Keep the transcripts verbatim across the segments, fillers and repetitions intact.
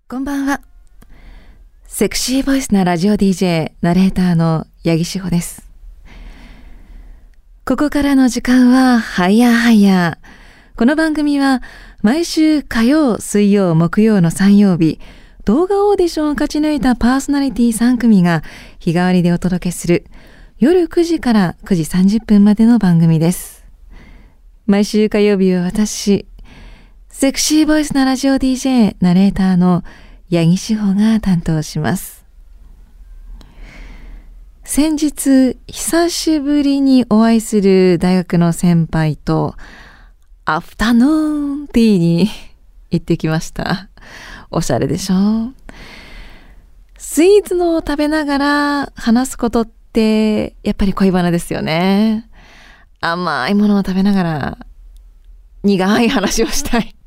こんばんは。セクシーボイスなラジオ ディージェー ナレーターの八木志保です。ここからの時間はハイヤーハイヤー。この番組は毎週火曜、水曜、木曜のさん曜日、動画オーディションを勝ち抜いたパーソナリティさん組が日替わりでお届けする夜くじからくじさんじゅっぷんまでの番組です。毎週火曜日は私、セクシーボイスなラジオ ディージェー ナレーターの八木志保が担当します。先日久しぶりにお会いする大学の先輩とアフタヌーンティーに行ってきました。おしゃれでしょ。スイーツのを食べながら話すことってやっぱり恋バナですよね。甘いものを食べながら苦い話をしたい。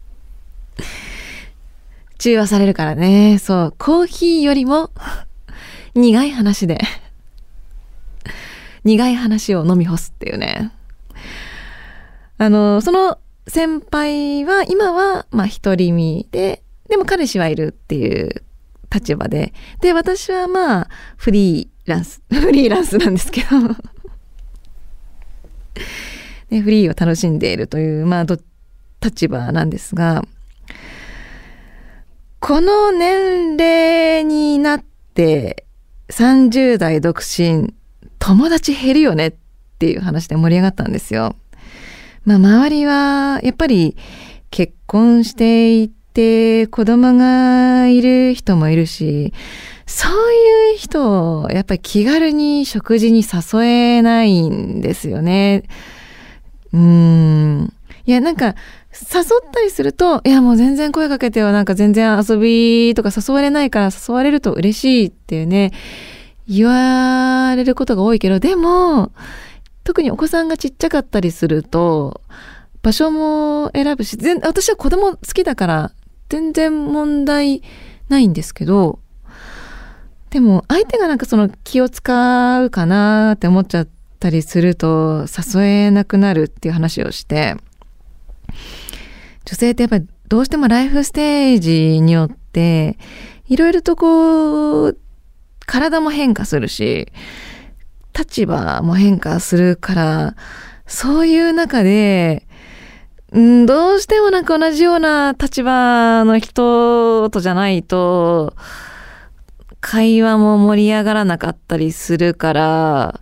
中和されるからね。そう、コーヒーよりも苦い話で苦い話を飲み干すっていうね。あのその先輩は今はまあ独り身で、でも彼氏はいるっていう立場で、で私はまあフリーランスフリーランスなんですけどでフリーを楽しんでいるというまあど立場なんですが、この年齢になってさんじゅう代独身、友達減るよねっていう話で盛り上がったんですよ。まあ周りはやっぱり結婚していて子供がいる人もいるし、そういう人をやっぱり気軽に食事に誘えないんですよね。うーん。いやなんか誘ったりすると、いやもう全然声かけてはなんか全然遊びとか誘われないから誘われると嬉しいっていうね、言われることが多いけど、でも特にお子さんがちっちゃかったりすると場所も選ぶし、全私は子供好きだから全然問題ないんですけど、でも相手がなんかその気を使うかなって思っちゃったりすると誘えなくなるっていう話をして、女性ってやっぱりどうしてもライフステージによっていろいろとこう体も変化するし立場も変化するから、そういう中でんどうしてもなんか同じような立場の人とじゃないと会話も盛り上がらなかったりするから、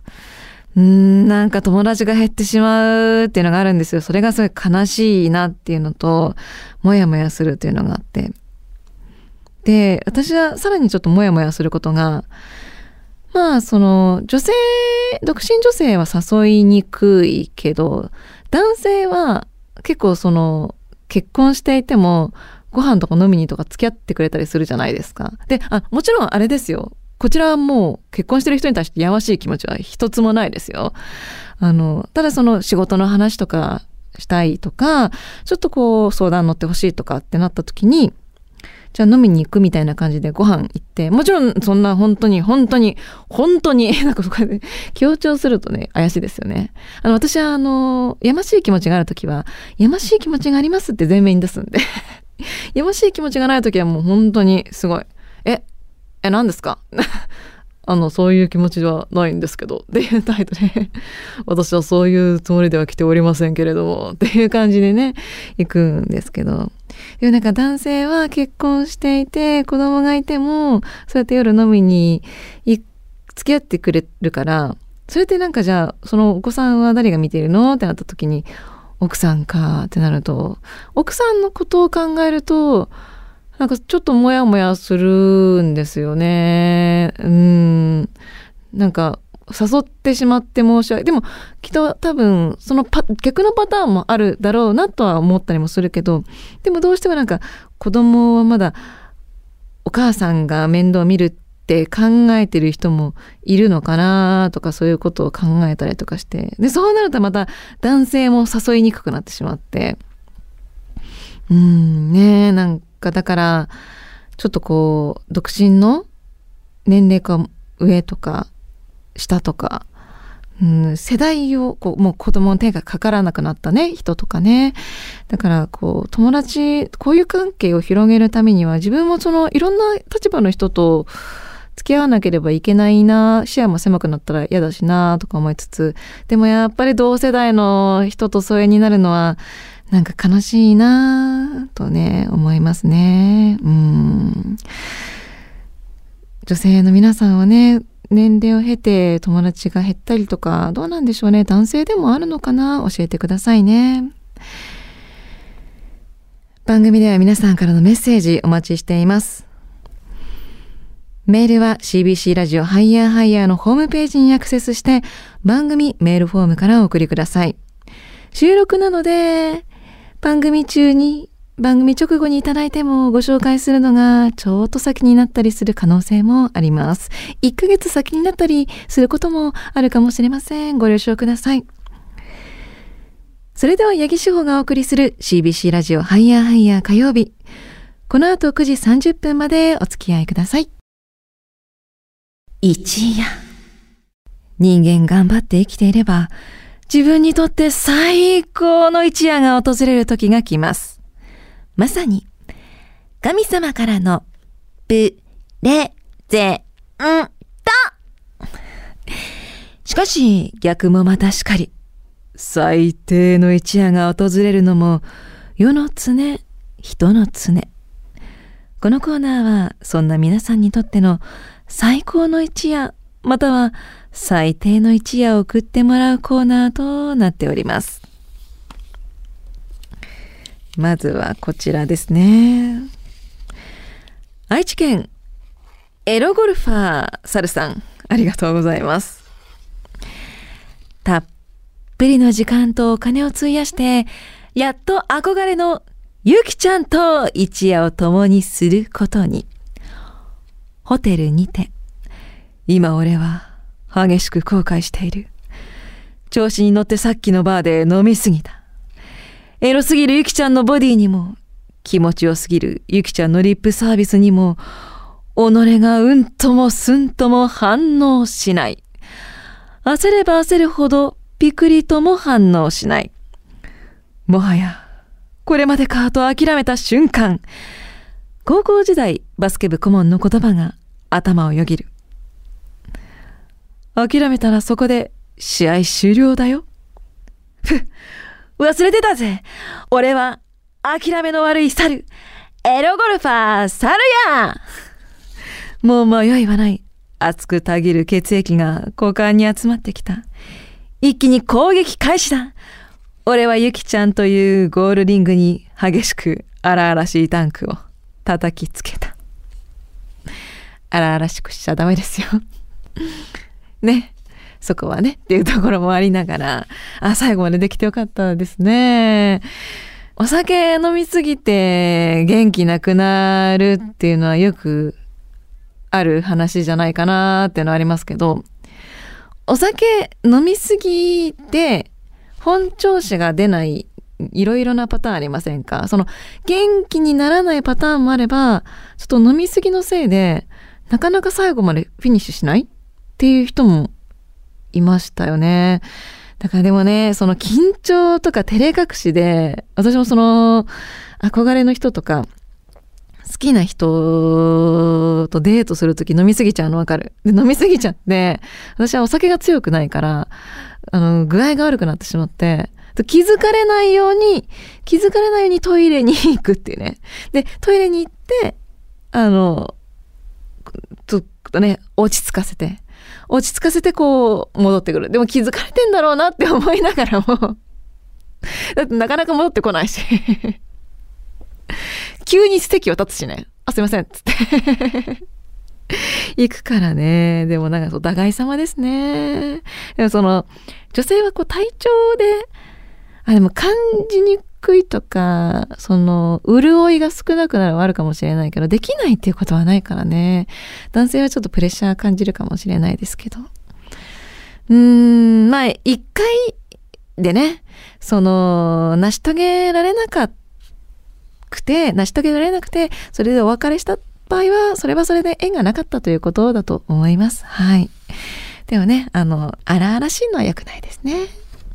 うーんなんか友達が減ってしまうっていうのがあるんですよ。それがすごい悲しいなっていうのとモヤモヤするっていうのがあって、で私はさらにちょっとモヤモヤすることが、まあその女性独身女性は誘いにくいけど、男性は結構その結婚していてもご飯とか飲みにとか付き合ってくれたりするじゃないですか。で、あもちろんあれですよ、こちらはもう結婚してる人に対してやましい気持ちは一つもないですよ。あのただその仕事の話とかしたいとか、ちょっとこう相談乗ってほしいとかってなった時に、じゃあ飲みに行くみたいな感じでご飯行って、もちろんそんな本当に本当に本当になんかそこで強調するとね怪しいですよね。あの私はあのやましい気持ちがある時はやましい気持ちがありますって前面に出すんでやましい気持ちがない時はもう本当にすごいええ何ですかあのそういう気持ちはないんですけどっていう態度で私はそういうつもりでは来ておりませんけれどもっていう感じでね行くんですけど、でもなんか男性は結婚していて子供がいてもそうやって夜飲みに付き合ってくれるから、それってなんかじゃあそのお子さんは誰が見ているのってなった時に奥さんかってなると、奥さんのことを考えるとなんかちょっとモヤモヤするんですよね。うーんなんか誘ってしまって申し訳ない。でもきっと多分そのパ逆のパターンもあるだろうなとは思ったりもするけど、でもどうしてもなんか子供はまだお母さんが面倒見るって考えてる人もいるのかなとか、そういうことを考えたりとかして、でそうなるとまた男性も誘いにくくなってしまって、うーんねなんかだからちょっとこう独身の年齢か上とか下とかうん、世代をこうもう子供の手がかからなくなったね人とかね。だからこう友達こういう関係を広げるためには自分もそのいろんな立場の人と付き合わなければいけないな、視野も狭くなったら嫌だしなとか思いつつ、でもやっぱり同世代の人と疎遠になるのはなんか悲しいなとね思いますね。うん、女性の皆さんはね年齢を経て友達が減ったりとかどうなんでしょうね。男性でもあるのかな、教えてくださいね。番組では皆さんからのメッセージお待ちしています。メールは シービーシー ラジオハイヤーハイヤーのホームページにアクセスして番組メールフォームからお送りください。収録なので番組中に番組直後にいただいてもご紹介するのがちょっと先になったりする可能性もあります。いっかげつ先になったりすることもあるかもしれません。ご了承ください。それでは八木志保がお送りする シービーシー ラジオハイヤーハイヤー火曜日、この後くじさんじゅっぷんまでお付き合いください。一夜、人間頑張って生きていれば自分にとって最高の一夜が訪れる時が来ます。まさに神様からのプレゼント。しかし逆もまたしかり、最低の一夜が訪れるのも世の常人の常。このコーナーはそんな皆さんにとっての最高の一夜または最低の一夜を送ってもらうコーナーとなっております。まずはこちらですね。愛知県エロゴルファーサルさん、ありがとうございます。たっぷりの時間とお金を費やしてやっと憧れのゆきちゃんと一夜を共にすることに。ホテルにて今俺は激しく後悔している。調子に乗ってさっきのバーで飲みすぎた。エロすぎるゆきちゃんのボディにも気持ちよすぎるゆきちゃんのリップサービスにも己がうんともすんとも反応しない。焦れば焦るほどピクリとも反応しない。もはやこれまでかと諦めた瞬間、高校時代バスケ部顧問の言葉が頭をよぎる。諦めたらそこで試合終了だよ。ふっ、忘れてたぜ。俺は諦めの悪い猿、エロゴルファー猿や。もう迷いはない。熱くたぎる血液が股間に集まってきた。一気に攻撃開始だ。俺はゆきちゃんというゴールリングに激しく荒々しいタンクを叩きつけた。荒々しくしちゃダメですよね、そこはねっていうところもありながら、あ、最後までできてよかったですね。お酒飲みすぎて元気なくなるっていうのはよくある話じゃないかなっていうのはありますけど、お酒飲みすぎて本調子が出ないいろいろなパターンありませんか？その元気にならないパターンもあれば、ちょっと飲みすぎのせいでなかなか最後までフィニッシュしないっていう人もいましたよね。だからでもね、その緊張とか照れ隠しで、私もその憧れの人とか好きな人とデートするとき飲みすぎちゃうの分かる。で飲みすぎちゃって、私はお酒が強くないからあの具合が悪くなってしまって、気づかれないように気づかれないようにトイレに行くっていうね。でトイレに行ってあのちょっとね落ち着かせて落ち着かせてこう戻ってくる。でも気づかれてんだろうなって思いながらもだってなかなか戻ってこないし急に席を立つしね、あすいませんっつって行くからね。でもなんかそう打開様ですね。でもその女性はこう体調であでも感じにくいとか、その潤いが少なくなるはあるかもしれないけど、できないっていうことはないからね。男性はちょっとプレッシャー感じるかもしれないですけど、うーんまあ一回でね、その成し遂げられなかくて成し遂げられなくてそれでお別れした場合はそれはそれで縁がなかったということだと思います。はい。 でもね、あの、荒々しいのは良くないですね。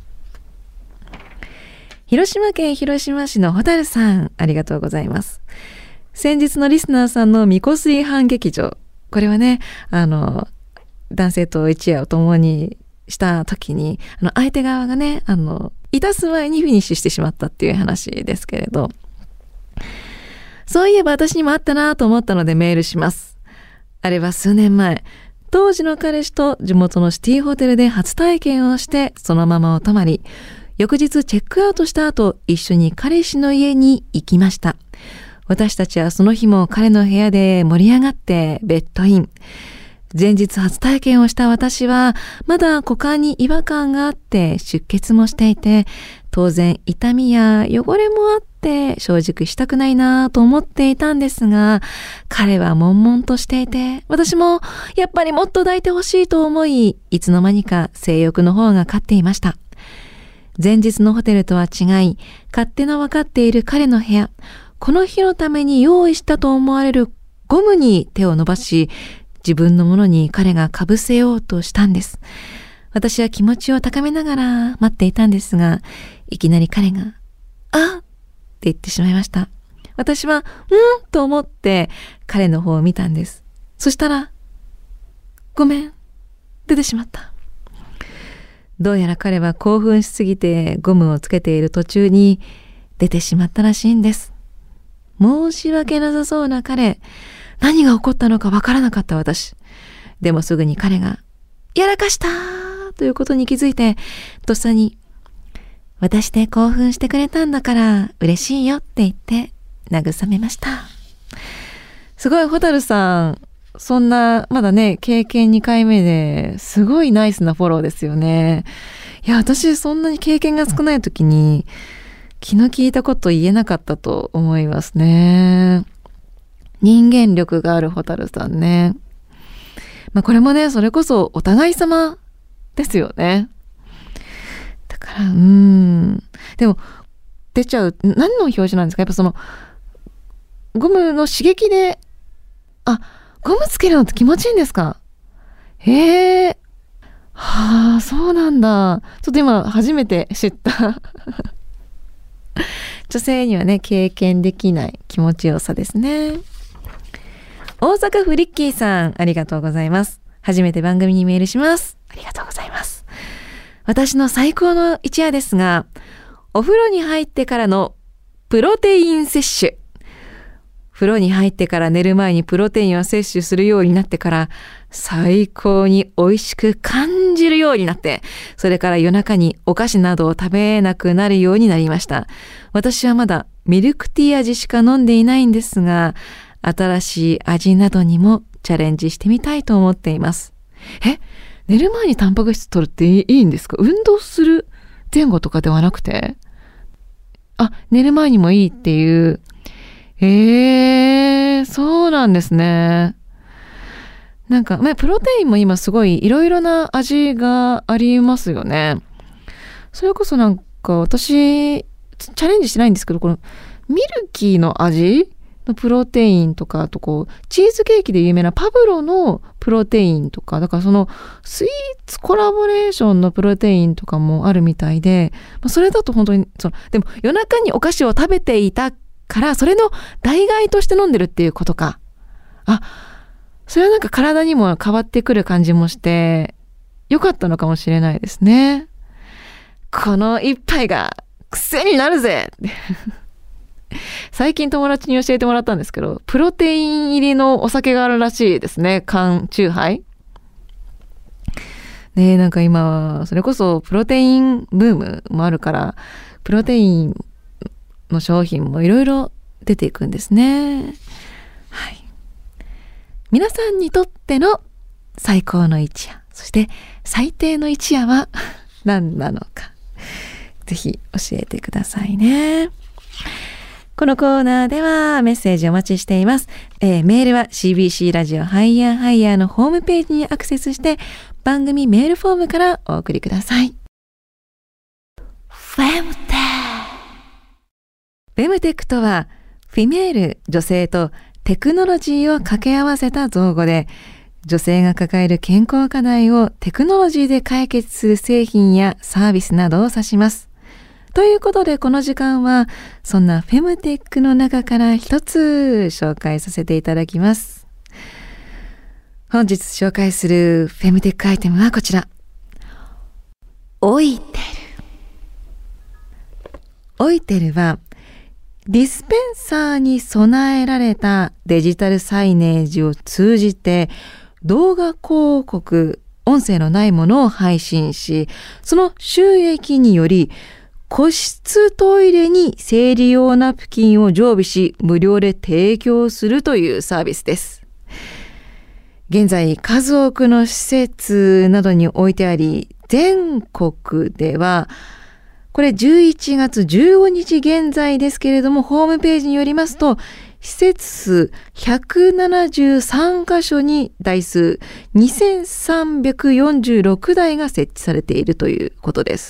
広島県広島市のホタルさん、ありがとうございます。先日のリスナーさんのみこすい反劇場。これはね、あの、男性と一夜を共にした時に、あの、相手側がね、あの、いたす前にフィニッシュしてしまったっていう話ですけれど、そういえば私にもあったなと思ったのでメールします。あれは数年前、当時の彼氏と地元のシティホテルで初体験をして、そのままお泊まり、翌日チェックアウトした後、一緒に彼氏の家に行きました。私たちはその日も彼の部屋で盛り上がってベッドイン。前日初体験をした私は、まだ股間に違和感があって出血もしていて、当然痛みや汚れもあって正直したくないなと思っていたんですが、彼は悶々としていて、私もやっぱりもっと抱いてほしいと思い、いつの間にか性欲の方が勝っていました。前日のホテルとは違い、勝手の分かっている彼の部屋、この日のために用意したと思われるゴムに手を伸ばし、自分のものに彼がかぶせようとしたんです。私は気持ちを高めながら待っていたんですが、いきなり彼が、あっって言ってしまいました。私は、んと思って彼の方を見たんです。そしたら、ごめん、出てしまった。どうやら彼は興奮しすぎてゴムをつけている途中に出てしまったらしいんです。申し訳なさそうな彼、何が起こったのかわからなかった私。でもすぐに彼が、やらかしたということに気づいて、とっさに、私で興奮してくれたんだから嬉しいよって言って慰めました。すごい、ホタルさん、そんな、まだね、経験にかいめですごいナイスなフォローですよね。いや、私そんなに経験が少ない時に気の利いたこと言えなかったと思いますね。人間力があるホタルさんね。まあこれもね、それこそお互い様ですよね。だから、うーん。でも、出ちゃう、何の表示なんですか？やっぱその、ゴムの刺激で、あ、ゴムつけるのって気持ちいいんですか？へえ。はあ、そうなんだ。ちょっと今初めて知った。女性にはね、経験できない気持ちよさですね。大阪府リッキーさん、ありがとうございます。初めて番組にメールします。ありがとうございます。私の最高の一夜ですが、お風呂に入ってからのプロテイン摂取。風呂に入ってから寝る前にプロテインを摂取するようになってから、最高に美味しく感じるようになって、それから夜中にお菓子などを食べなくなるようになりました。私はまだミルクティー味しか飲んでいないんですが、新しい味などにもチャレンジしてみたいと思っています。え、寝る前にタンパク質取るっていいんですか？運動する前後とかではなくて？あ、寝る前にもいいっていう。えー、そうなんですね。なんか、まあ、プロテインも今すごいいろいろな味がありますよね。それこそなんか私、チャレンジしてないんですけど、このミルキーの味のプロテインとか、あとこう、チーズケーキで有名なパブロのプロテインとか、だからそのスイーツコラボレーションのプロテインとかもあるみたいで、まあ、それだと本当に、その、でも夜中にお菓子を食べていたから、それの代替として飲んでるっていうことか。あ、それはなんか体にも変わってくる感じもして、良かったのかもしれないですね。この一杯が癖になるぜ最近友達に教えてもらったんですけど、プロテイン入りのお酒があるらしいですね。缶チューハイ。ねえ、なんか今、それこそプロテインブームもあるから、プロテインの商品もいろいろ出ていくんですね。はい。皆さんにとっての最高の一夜、そして最低の一夜は何なのか、ぜひ教えてくださいね。このコーナーではメッセージお待ちしています。えー、メールは シービーシー ラジオハイヤーハイヤーのホームページにアクセスして番組メールフォームからお送りください。フェムテック。フェムテックとはフィメール女性とテクノロジーを掛け合わせた造語で、 女性が抱える健康課題をテクノロジーで解決する製品やサービスなどを指します。ということでこの時間はそんなフェムテックの中から一つ紹介させていただきます。本日紹介するフェムテックアイテムはこちら。オイテル。オイテルはディスペンサーに備えられたデジタルサイネージを通じて動画広告、音声のないものを配信し、その収益により個室トイレに生理用ナプキンを常備し無料で提供するというサービスです。現在数多くの施設などに置いてあり、全国ではこれじゅういちがつじゅうごにち現在ですけれども、ホームページによりますと施設数ひゃくななじゅうさんかしょに台数にせんさんびゃくよんじゅうろくだいが設置されているということです。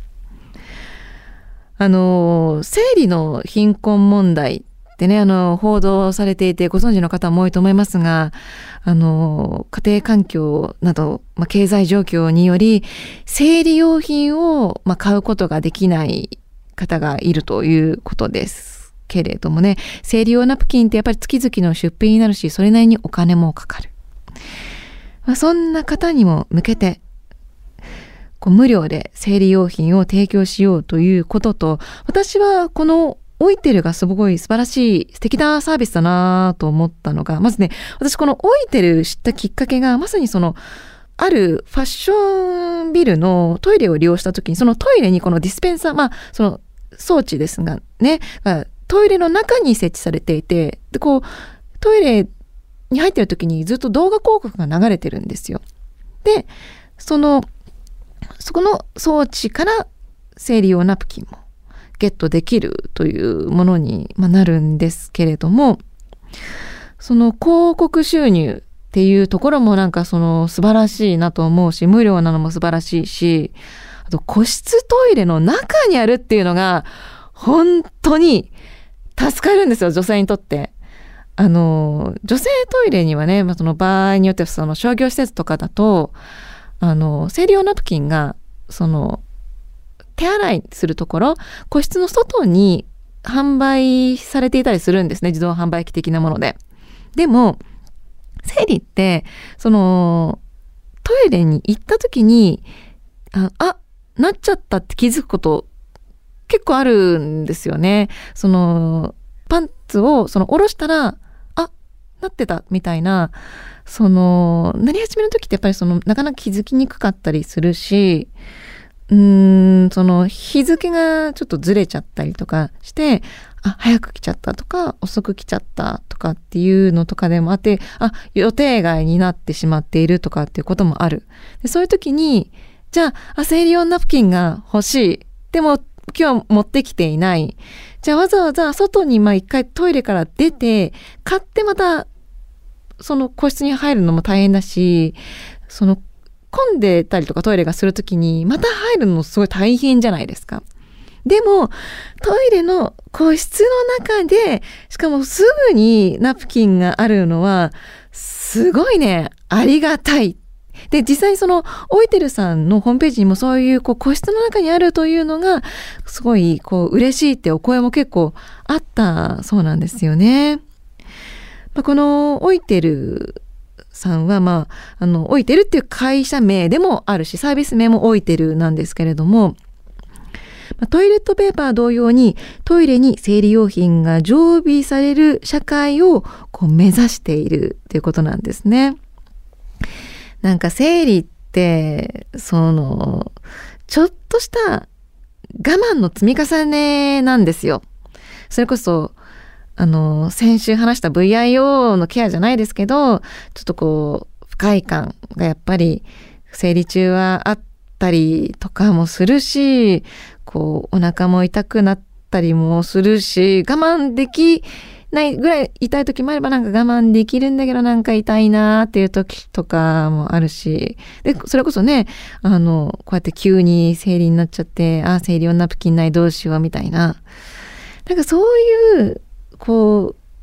あの生理の貧困問題ってね、あの報道されていてご存知の方も多いと思いますが、あの家庭環境など、まあ、経済状況により生理用品を、まあ、買うことができない方がいるということですけれどもね、生理用ナプキンってやっぱり月々の出費になるし、それなりにお金もかかる。まあ、そんな方にも向けてこう無料で生理用品を提供しようということと、私はこのオイテルがすごい素晴らしい素敵なサービスだなと思ったのが、まずね、私このオイテル知ったきっかけがまさにそのあるファッションビルのトイレを利用した時に、そのトイレにこのディスペンサー、まあその装置ですがね、トイレの中に設置されていて、でこうトイレに入ってる時にずっと動画広告が流れてるんですよ。で、そのそこの装置から生理用ナプキンもゲットできるというものになるんですけれども、その広告収入っていうところもなんかその素晴らしいなと思うし、無料なのも素晴らしいし、あと個室トイレの中にあるっていうのが本当に助かるんですよ、女性にとって。あの女性トイレにはね、まあ、その場合によってはその商業施設とかだとあの生理用ナプキンがその手洗いするところ、個室の外に販売されていたりするんですね、自動販売機的なもので。でも生理ってそのトイレに行った時にあ、あなっちゃったって気づくこと結構あるんですよね。そのパンツをその下ろしたらあなってたみたいな、そのなり始めの時ってやっぱりそのなかなか気づきにくかったりするし、うーんその日付がちょっとずれちゃったりとかして、あ早く来ちゃったとか遅く来ちゃったとかっていうのとかでもあって、あ予定外になってしまっているとかっていうこともある。でそういう時にじゃあ、あ生理用ナプキンが欲しい、でも今日持ってきていない、じゃあわざわざ外にまあ一回トイレから出て買ってまたその個室に入るのも大変だし、その混んでたりとかトイレがするときにまた入るのすごい大変じゃないですか。でもトイレの個室の中でしかもすぐにナプキンがあるのはすごいねありがたい。で実際そのオイテルさんのホームページにもそういうこう個室の中にあるというのがすごいこう嬉しいってお声も結構あったそうなんですよね。まあ、このオイテルさんはまああのオイテルっていう会社名でもあるしサービス名もオイテルなんですけれども、トイレットペーパー同様にトイレに生理用品が常備される社会をこう目指しているということなんですね。なんか生理ってそのちょっとした我慢の積み重ねなんですよ。それこそあの先週話した ブイアイオー のケアじゃないですけど、ちょっとこう不快感がやっぱり生理中はあったりとかもするし、こうお腹も痛くなったりもするし、我慢できないぐらい痛い時もあれば、なんか我慢できるんだけどなんか痛いなっていう時とかもあるし、でそれこそねあのこうやって急に生理になっちゃって、あ生理用ナプキンないどうしようみたいな、なんかそういうこう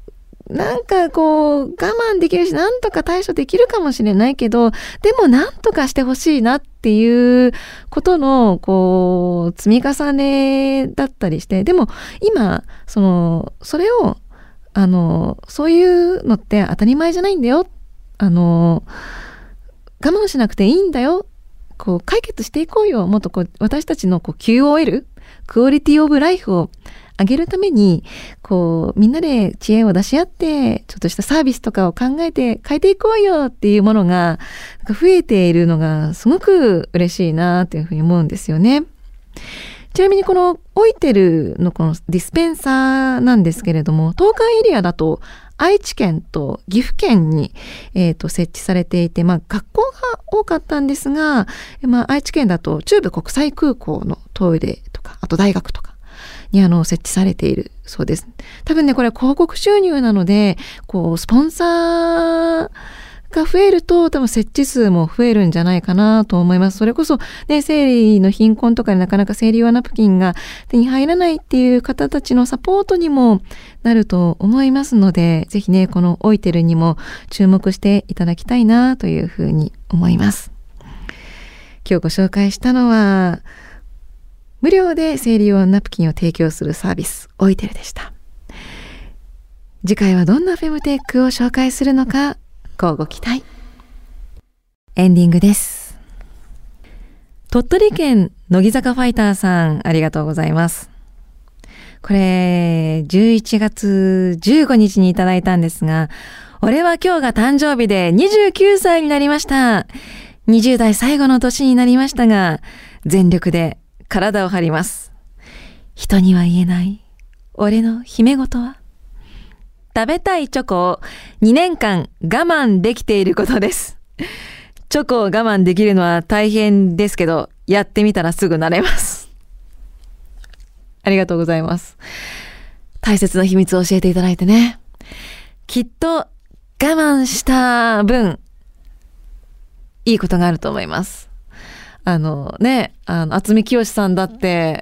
なんかこう我慢できるし、なんとか対処できるかもしれないけど、でもなんとかしてほしいなっていうことのこう積み重ねだったりして、でも今そのそれをあのそういうのって当たり前じゃないんだよ。あの我慢しなくていいんだよ。こう解決していこうよ。もっとこう私たちのこう キューオーエル、クオリティオブライフを上げるために、こうみんなで知恵を出し合ってちょっとしたサービスとかを考えて変えていこうよっていうものが増えているのがすごく嬉しいなというふうに思うんですよね。ちなみにこのオイテルのこのディスペンサーなんですけれども、東海エリアだと愛知県と岐阜県に、えー、と設置されていて、まあ、学校が多かったんですが、まあ、愛知県だと中部国際空港のトイレとか、あと大学とかにあの設置されているそうです。多分ね、これ広告収入なので、こうスポンサーが増えると多分設置数も増えるんじゃないかなと思います。それこそね、生理の貧困とかでなかなか生理用ナプキンが手に入らないっていう方たちのサポートにもなると思いますので、ぜひね、このオイテルにも注目していただきたいなというふうに思います。今日ご紹介したのは無料で生理用ナプキンを提供するサービスオイテルでした。次回はどんなフェムテックを紹介するのか、乞うご期待。エンディングです。鳥取県乃木坂ファイターさん、ありがとうございます。これじゅういちがつじゅうごにちにいただいたんですが、俺は今日が誕生日でにじゅうきゅうさいになりました。にじゅう代最後の年になりましたが、全力で体を張ります。人には言えない俺の秘め事は、食べたいチョコをにねんかん我慢できていることです。チョコを我慢できるのは大変ですけど、やってみたらすぐ慣れます。ありがとうございます。大切な秘密を教えていただいてね。きっと我慢した分、いいことがあると思います。あのね、あの、渥美清さんだって、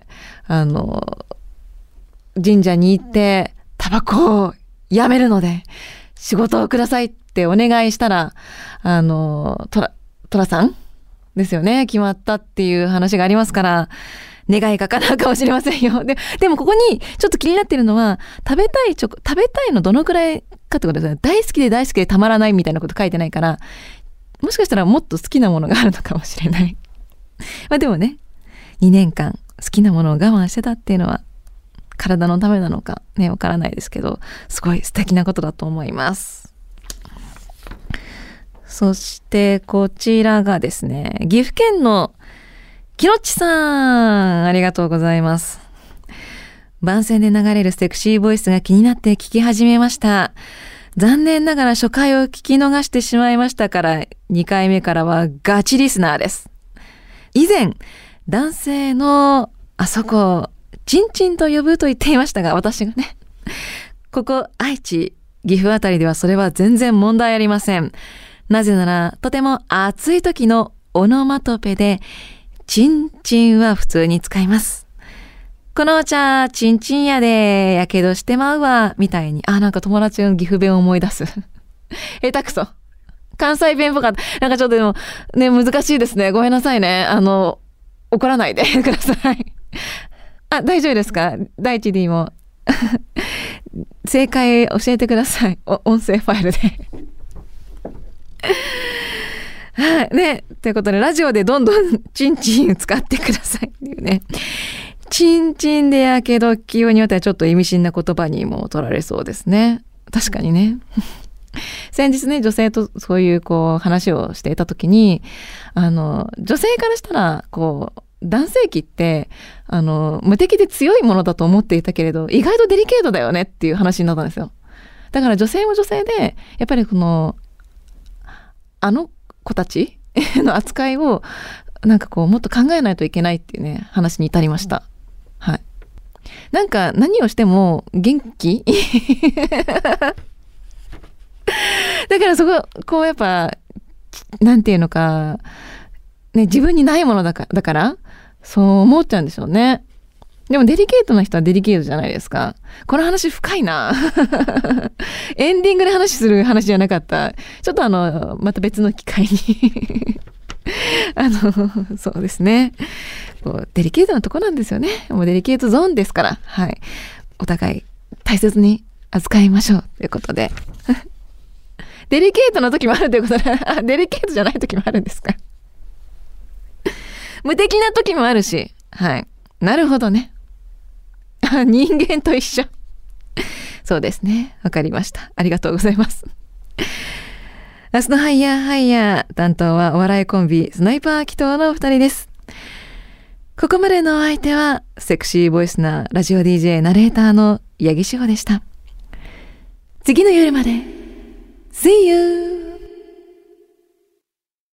あの、神社に行って、タバコをやめるので仕事をくださいってお願いしたら、あのトラトラさんですよね、決まったっていう話がありますから、願いが叶うかもしれませんよ。ででもここにちょっと気になってるのは、食べたいチョコ、食べたいのどのくらいかってことですね。大好きで大好きでたまらないみたいなこと書いてないから、もしかしたらもっと好きなものがあるのかもしれないまあでもね、にねんかん好きなものを我慢してたっていうのは体のためなのかね、わからないですけど、すごい素敵なことだと思います。そしてこちらがですね、岐阜県のきのっちさん、ありがとうございます。番宣で流れるセクシーボイスが気になって聞き始めました。残念ながら初回を聞き逃してしまいましたから、にかいめからはガチリスナーです。以前男性のあそこチンチンと呼ぶと言っていましたが、私がね、ここ愛知、岐阜あたりではそれは全然問題ありません。なぜならとても暑い時のオノマトペでチンチンは普通に使います。このお茶チンチンやでやけどしてまうわみたいに、あ、なんか友達の岐阜弁を思い出す下手くそ、関西弁っぽかった。なんかちょっとでもね、難しいですね。ごめんなさいね。あの怒らないでくださいあ、大丈夫ですか？第一 D も正解教えてください。お音声ファイルではい、ね、ということでラジオでどんどんチンチン使ってくださいっていうね。チンチンでやけど、企業によってはちょっと意味深な言葉にも取られそうですね。確かにね先日ね、女性とそういうこう話をしていた時に、あの女性からしたらこう男性器ってあの無敵で強いものだと思っていたけれど、意外とデリケートだよねっていう話になったんですよ。だから女性も女性でやっぱりこのあの子たちの扱いをなんかこうもっと考えないといけないっていうね、話に至りました。はい。なんか何をしても元気だからそここうやっぱなんていうのかね、自分にないものだかだからそう思っちゃうんでしょうね。 でもデリケートな人はデリケートじゃないですか。この話深いな。エンディングで話する話じゃなかった。ちょっとあの、また別の機会に。あの、そうですね。こうデリケートなとこなんですよね。もうデリケートゾーンですから。はい。お互い大切に扱いましょうということで。デリケートな時もあるということで、あ、デリケートじゃない時もあるんですか。無敵な時もあるし。はい。なるほどね。人間と一緒。そうですね。わかりました。ありがとうございます。明日のハイヤーハイヤー担当はお笑いコンビスナイパー祈祷のふたりです。ここまでのお相手はセクシーボイスなラジオ ディージェー ナレーターの八木志保でした。次の夜まで See you!